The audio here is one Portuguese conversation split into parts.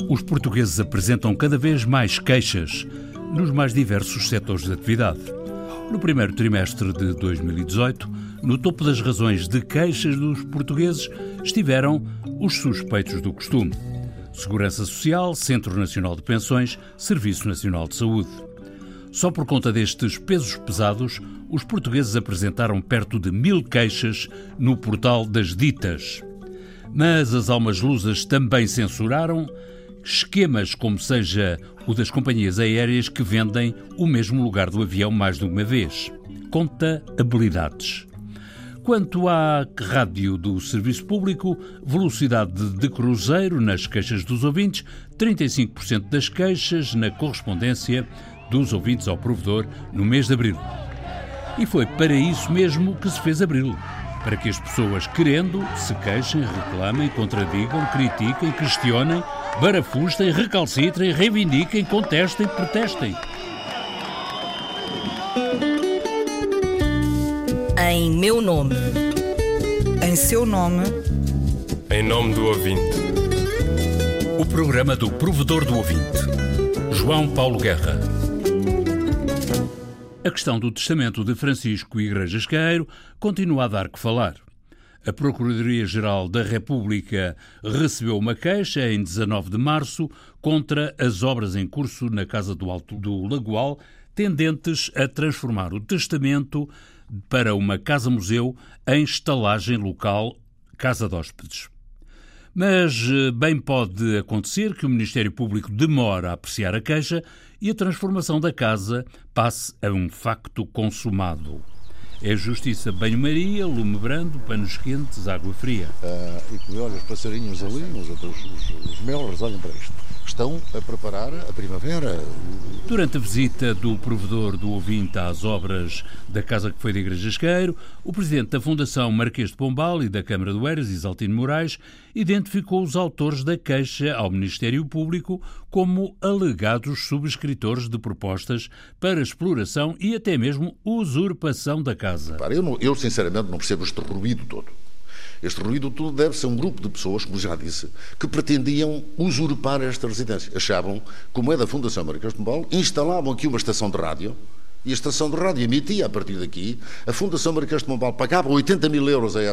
Os portugueses apresentam cada vez mais queixas nos mais diversos setores de atividade. No primeiro trimestre de 2018, no topo das razões de queixas dos portugueses estiveram os suspeitos do costume: Segurança Social, Centro Nacional de Pensões, Serviço Nacional de Saúde. Só por conta destes pesos pesados, os portugueses apresentaram perto de 1000 queixas no portal das ditas. Mas as almas lusas também censuraram esquemas como seja o das companhias aéreas que vendem o mesmo lugar do avião mais de uma vez. Contabilidades. Quanto à rádio do Serviço Público, velocidade de cruzeiro nas queixas dos ouvintes, 35% das queixas na correspondência dos ouvintes ao provedor no mês de abril. E foi para isso mesmo que se fez abril. Para que as pessoas, querendo, se queixem, reclamem, contradigam, critiquem, questionem, barafustem, recalcitrem, reivindiquem, contestem, protestem. Em meu nome. Em seu nome. Em nome do ouvinte. O programa do provedor do ouvinte. João Paulo Guerra. A questão do testamento de Francisco Igrejas Queiro continua a dar que falar. A Procuradoria-Geral da República recebeu uma queixa em 19 de março contra as obras em curso na Casa do Alto do Lagoal, tendentes a transformar o testamento para uma casa-museu em estalagem local Casa de Hóspedes. Mas bem pode acontecer que o Ministério Público demore a apreciar a queixa e a transformação da casa passe a um facto consumado. É justiça banho-maria, lume brando, panos quentes, água fria. E que olha, os passarinhos ali, os melros, olhem para isto. Estão a preparar a primavera. Durante a visita do provedor do ouvinte às obras da Casa que foi de Igrejas Queiro, o presidente da Fundação Marquês de Pombal e da Câmara do Eiras, Isaltino Moraes, identificou os autores da queixa ao Ministério Público como alegados subscritores de propostas para exploração e até mesmo usurpação da casa. Eu sinceramente não percebo este ruído todo. Este ruído todo deve ser um grupo de pessoas, como já disse, que pretendiam usurpar esta residência. Achavam, como é da Fundação Marquês de Pombal, instalavam aqui uma estação de rádio e a estação de rádio emitia a partir daqui. A Fundação Marquês de Pombal pagava 80 mil euros a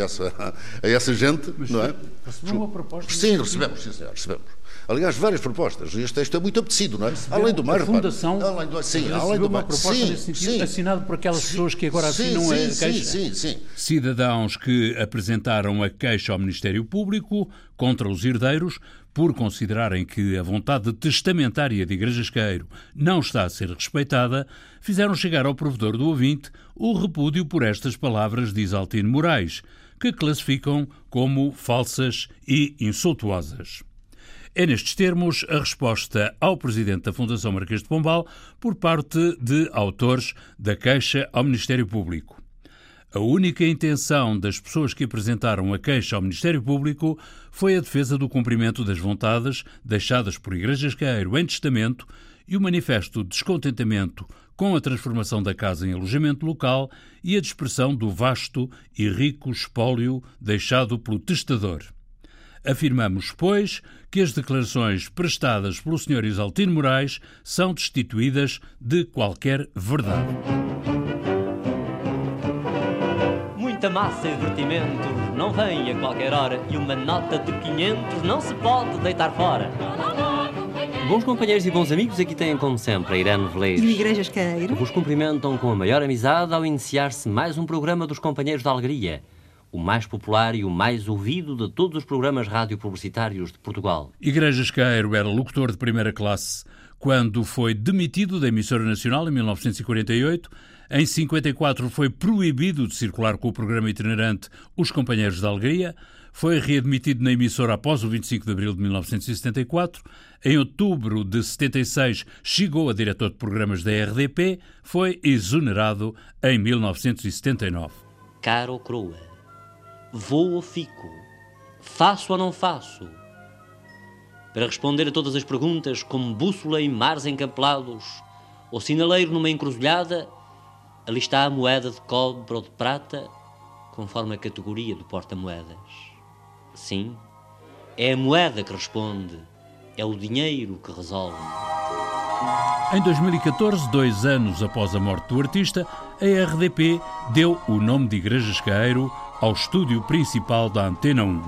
essa gente, mas não é? Recebeu uma proposta? Sim, recebemos, sim, senhor, recebemos. Aliás, várias propostas. Este texto é muito apetecido, não é? Além do mais, a Fundação recebeu uma proposta nesse sentido, assinada por aquelas pessoas que agora assinam a queixa. Sim. Cidadãos que apresentaram a queixa ao Ministério Público contra os herdeiros por considerarem que a vontade testamentária de Igrejas Queiro não está a ser respeitada, fizeram chegar ao provedor do ouvinte o repúdio por estas palavras de Isaltino Moraes, que classificam como falsas e insultuosas. É nestes termos a resposta ao presidente da Fundação Marquês de Pombal por parte de autores da queixa ao Ministério Público. A única intenção das pessoas que apresentaram a queixa ao Ministério Público foi a defesa do cumprimento das vontades deixadas por Igrejas Queiro em testamento e o manifesto de descontentamento com a transformação da casa em alojamento local e a dispersão do vasto e rico espólio deixado pelo testador. Afirmamos, pois, que as declarações prestadas pelo Sr. Isaltino Moraes são destituídas de qualquer verdade. Muita massa e divertimento não vem a qualquer hora e uma nota de 500 não se pode deitar fora. Bons companheiros e bons amigos, aqui têm, como sempre, a Irene Veleiros. E Igrejas Queiro. Vos cumprimentam com a maior amizade ao iniciar-se mais um programa dos Companheiros da Alegria, o mais popular e o mais ouvido de todos os programas radiopublicitários de Portugal. Igrejas Queiro era locutor de primeira classe quando foi demitido da emissora nacional em 1948. Em 54 foi proibido de circular com o programa itinerante Os Companheiros da Alegria. Foi readmitido na emissora após o 25 de abril de 1974. Em outubro de 76 chegou a diretor de programas da RDP. Foi exonerado em 1979. Caro ou croa, vou ou fico, faço ou não faço? Para responder a todas as perguntas, como bússola em mares encampelados ou sinaleiro numa encruzilhada, ali está a moeda de cobre ou de prata, conforme a categoria do porta-moedas. Sim, é a moeda que responde, é o dinheiro que resolve. Em 2014, 2 anos após a morte do artista, a RDP deu o nome de Igrejas Caeiro ao estúdio principal da Antena 1.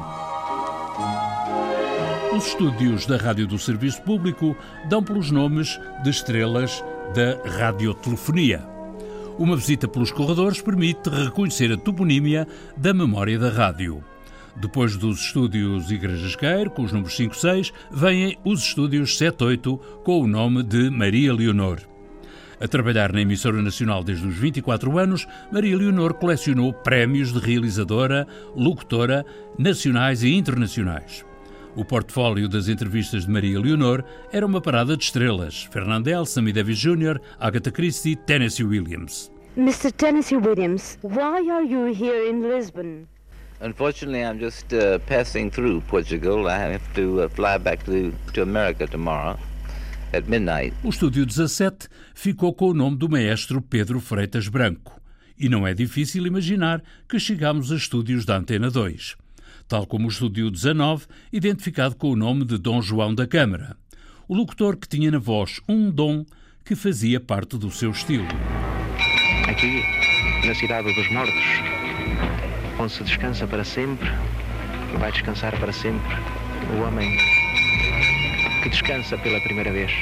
Os estúdios da Rádio do Serviço Público dão pelos nomes de estrelas da radiotelefonia. Uma visita pelos corredores permite reconhecer a toponímia da memória da rádio. Depois dos estúdios Igrejas Caeiro, com os números 5 e 6, vêm os estúdios 7 e 8, com o nome de Maria Leonor. A trabalhar na emissora nacional desde os 24 anos, Maria Leonor colecionou prémios de realizadora, locutora, nacionais e internacionais. O portfólio das entrevistas de Maria Leonor era uma parada de estrelas: Fernandel, Sammy Davis Jr., Agatha Christie, Tennessee Williams. Mr. Tennessee Williams, why are you here in Lisbon? Unfortunately, I'm just passing through Portugal. I have to fly back to America tomorrow at midnight. O estúdio 17 ficou com o nome do maestro Pedro Freitas Branco. E não é difícil imaginar que chegámos a estúdios da Antena 2. Tal como o estúdio 19, identificado com o nome de Dom João da Câmara. O locutor que tinha na voz um dom que fazia parte do seu estilo. Aqui, na cidade dos mortos, onde se descansa para sempre, vai descansar para sempre o homem que descansa pela primeira vez.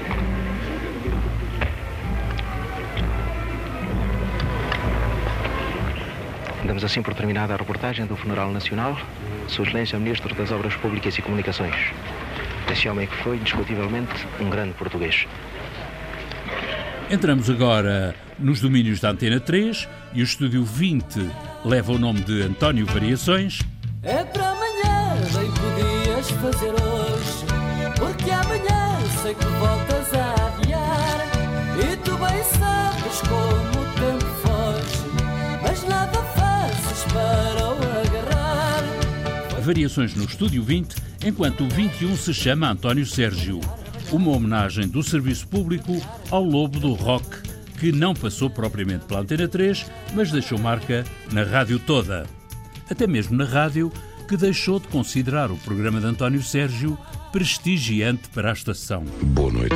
Damos assim por terminada a reportagem do Funeral Nacional, Sua Excelência Ministro das Obras Públicas e Comunicações. Esse homem que foi, indiscutivelmente, um grande português. Entramos agora nos domínios da Antena 3 e o estúdio 20 leva o nome de António Variações. É para amanhã, bem podias fazer hoje, porque amanhã sei que voltas a adiar, e tu bem sabes como o tempo foge, mas nada fazes para o agarrar. Variações no estúdio 20, enquanto o 21 se chama António Sérgio, uma homenagem do serviço público ao lobo do rock, que não passou propriamente pela Antena 3, mas deixou marca na rádio toda. Até mesmo na rádio, que deixou de considerar o programa de António Sérgio prestigiante para a estação. Boa noite.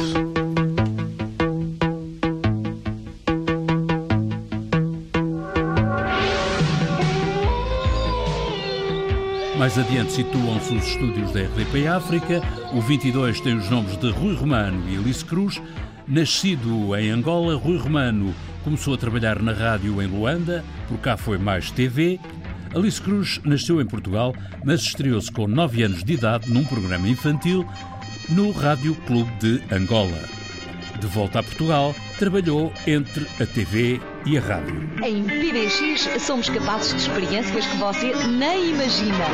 Mais adiante situam-se os estúdios da RDP África. O 22 tem os nomes de Rui Romano e Alice Cruz. Nascido em Angola, Rui Romano começou a trabalhar na rádio em Luanda, por cá foi mais TV. Alice Cruz nasceu em Portugal, mas estreou-se com 9 anos de idade num programa infantil no Rádio Clube de Angola. De volta a Portugal, trabalhou entre a TV e a rádio. Em PBX somos capazes de experiências que você nem imagina.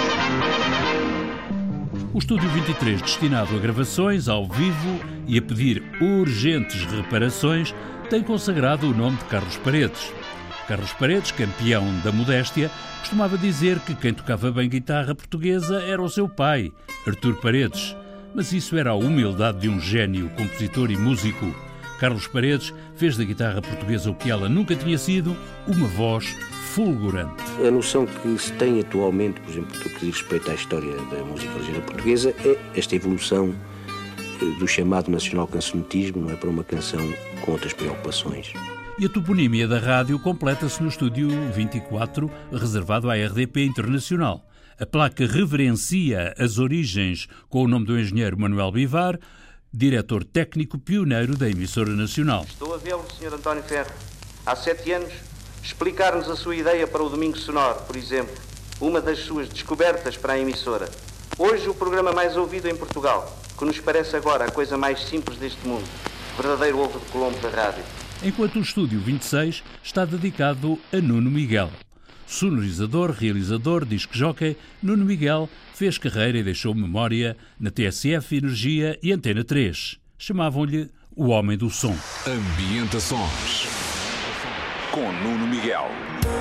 O Estúdio 23, destinado a gravações ao vivo e a pedir urgentes reparações, tem consagrado o nome de Carlos Paredes. Carlos Paredes, campeão da modéstia, costumava dizer que quem tocava bem guitarra portuguesa era o seu pai, Artur Paredes. Mas isso era a humildade de um gênio, compositor e músico. Carlos Paredes fez da guitarra portuguesa o que ela nunca tinha sido, uma voz fulgurante. A noção que se tem atualmente, por exemplo, do que diz respeito à história da música ligeira portuguesa, é esta evolução do chamado nacional cancionetismo, não é, para uma canção com outras preocupações. E a toponímia da rádio completa-se no Estúdio 24, reservado à RDP Internacional. A placa reverencia as origens com o nome do engenheiro Manuel Bivar, diretor técnico pioneiro da emissora nacional. Estou a vê-lo, Sr. António Ferro, há 7 anos, explicar-nos a sua ideia para o Domingo Sonoro, por exemplo, uma das suas descobertas para a emissora. Hoje o programa mais ouvido em Portugal, que nos parece agora a coisa mais simples deste mundo, verdadeiro ovo de Colombo da rádio. Enquanto o Estúdio 26 está dedicado a Nuno Miguel. Sonorizador, realizador, disc-jockey, Nuno Miguel fez carreira e deixou memória na TSF, Energia e Antena 3. Chamavam-lhe o Homem do Som. Ambientações com Nuno Miguel.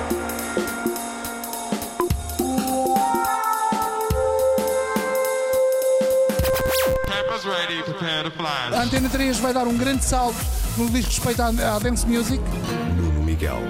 A Antena 3 vai dar um grande salto no que diz respeito à dance music. Nuno Miguel,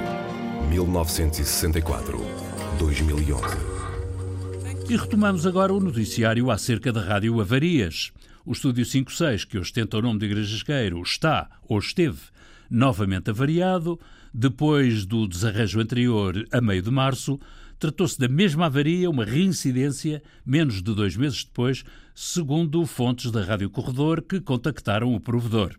1964-2011. E retomamos agora o noticiário acerca da Rádio Avarias. O estúdio 56, que ostenta o nome de Igrejasqueiro, está, ou esteve, novamente avariado. Depois do desarranjo anterior, a meio de março, tratou-se da mesma avaria, uma reincidência, menos de 2 meses depois, segundo fontes da Rádio Corredor que contactaram o provedor.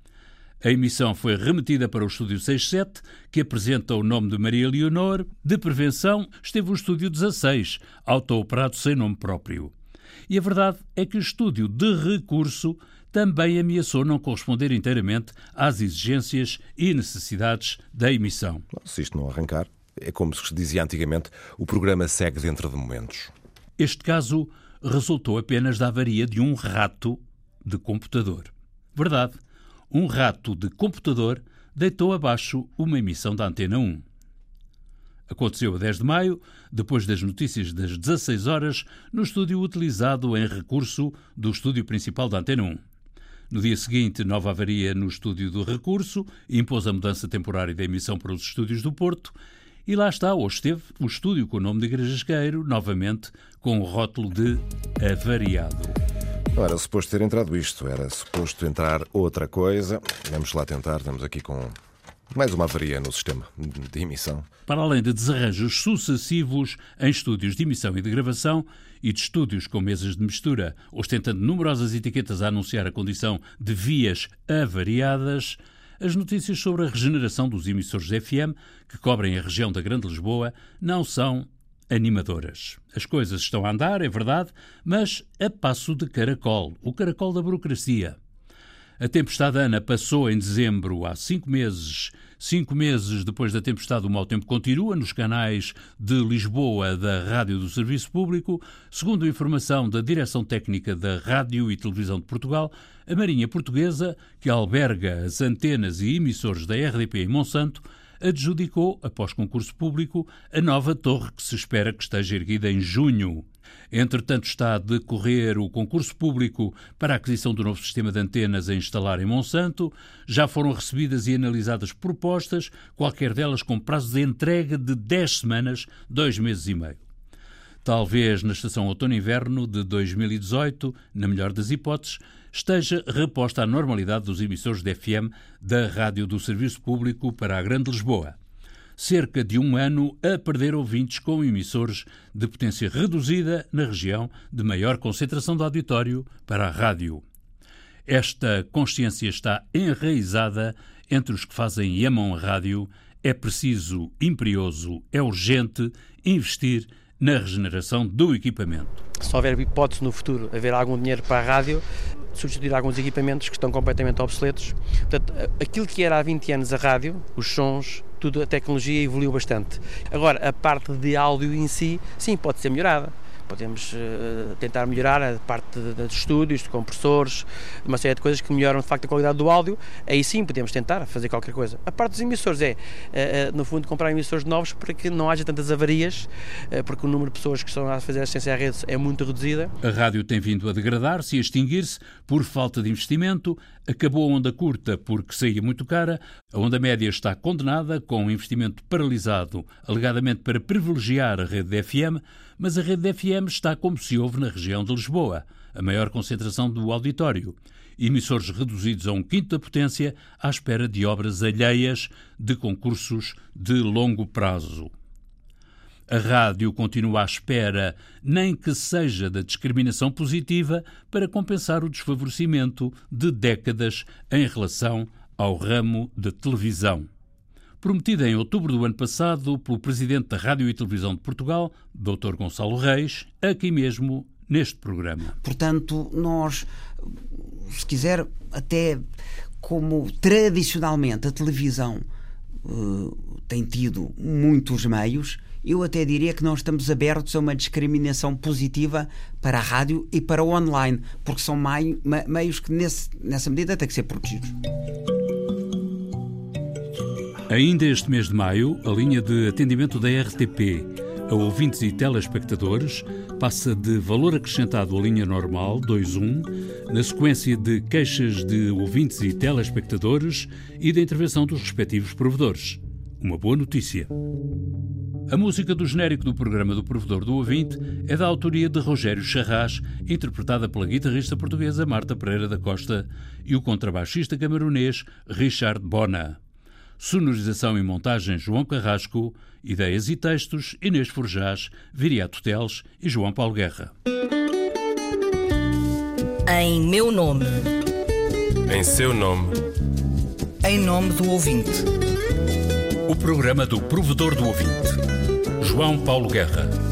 A emissão foi remetida para o estúdio 67, que apresenta o nome de Maria Leonor. De prevenção, esteve o estúdio 16, auto-operado sem nome próprio. E a verdade é que o estúdio de recurso também ameaçou não corresponder inteiramente às exigências e necessidades da emissão. Se isto não arrancar, é como se dizia antigamente, o programa segue dentro de momentos. Este caso resultou apenas da avaria de um rato de computador. Verdade, um rato de computador deitou abaixo uma emissão da Antena 1. Aconteceu a 10 de maio, depois das notícias das 16 horas, no estúdio utilizado em recurso do estúdio principal da Antena 1. No dia seguinte, nova avaria no estúdio do recurso, impôs a mudança temporária da emissão para os estúdios do Porto, e lá está, hoje esteve o estúdio com o nome de Igrejasqueiro, novamente com o rótulo de avariado. Não era suposto ter entrado isto, era suposto entrar outra coisa. Vamos lá tentar, estamos aqui com mais uma avaria no sistema de emissão. Para além de desarranjos sucessivos em estúdios de emissão e de gravação e de estúdios com mesas de mistura, ostentando numerosas etiquetas a anunciar a condição de vias avariadas, as notícias sobre a regeneração dos emissores FM que cobrem a região da Grande Lisboa não são animadoras. As coisas estão a andar, é verdade, mas a passo de caracol, o caracol da burocracia. A tempestade Ana passou em dezembro há 5 meses. 5 meses depois da tempestade, o mau tempo continua nos canais de Lisboa da Rádio do Serviço Público. Segundo a informação da Direção Técnica da Rádio e Televisão de Portugal, a Marinha Portuguesa, que alberga as antenas e emissores da RDP em Monsanto, adjudicou, após concurso público, a nova torre que se espera que esteja erguida em junho. Entretanto, está a decorrer o concurso público para a aquisição do novo sistema de antenas a instalar em Monsanto. Já foram recebidas e analisadas propostas, qualquer delas com prazo de entrega de 10 semanas, 2 meses e meio. Talvez na estação outono-inverno de 2018, na melhor das hipóteses, esteja reposta a normalidade dos emissores de FM da Rádio do Serviço Público para a Grande Lisboa. Cerca de 1 ano a perder ouvintes com emissores de potência reduzida na região de maior concentração de auditório para a rádio. Esta consciência está enraizada entre os que fazem e amam a rádio. É preciso, imperioso, é urgente investir na regeneração do equipamento. Se houver hipótese no futuro haver algum dinheiro para a rádio, substituir alguns equipamentos que estão completamente obsoletos. Portanto, aquilo que era há 20 anos a rádio, os sons, tudo, a tecnologia evoluiu bastante. Agora, a parte de áudio em si, sim, pode ser melhorada. Podemos tentar melhorar a parte de estúdios, de compressores, uma série de coisas que melhoram de facto a qualidade do áudio. Aí sim podemos tentar fazer qualquer coisa. A parte dos emissores é, no fundo, comprar emissores novos para que não haja tantas avarias, porque o número de pessoas que estão a fazer assistência à rede é muito reduzida. A rádio tem vindo a degradar-se e a extinguir-se por falta de investimento. Acabou a onda curta porque saía muito cara. A onda média está condenada, com um investimento paralisado, alegadamente para privilegiar a rede de FM, mas a rede de FM está como se ouve na região de Lisboa, a maior concentração do auditório. Emissores reduzidos a 1/5 da potência à espera de obras alheias de concursos de longo prazo. A rádio continua à espera, nem que seja da discriminação positiva, para compensar o desfavorecimento de décadas em relação ao ramo da televisão. Prometida em outubro do ano passado pelo Presidente da Rádio e Televisão de Portugal, Dr. Gonçalo Reis, aqui mesmo neste programa. Portanto, nós, se quiser, até como tradicionalmente a televisão tem tido muitos meios, eu até diria que nós estamos abertos a uma discriminação positiva para a rádio e para o online, porque são meios que nessa medida têm que ser protegidos. Ainda este mês de maio, a linha de atendimento da RTP a ouvintes e telespectadores passa de valor acrescentado à linha normal 21, na sequência de queixas de ouvintes e telespectadores e da intervenção dos respectivos provedores. Uma boa notícia. A música do genérico do programa do Provedor do Ouvinte é da autoria de Rogério Charras, interpretada pela guitarrista portuguesa Marta Pereira da Costa e o contrabaixista camerunês Richard Bona. Sonorização e montagem João Carrasco, ideias e textos Inês Forjás, Viriato Teles e João Paulo Guerra. Em meu nome. Em seu nome. Em nome do ouvinte. O programa do Provedor do Ouvinte. João Paulo Guerra.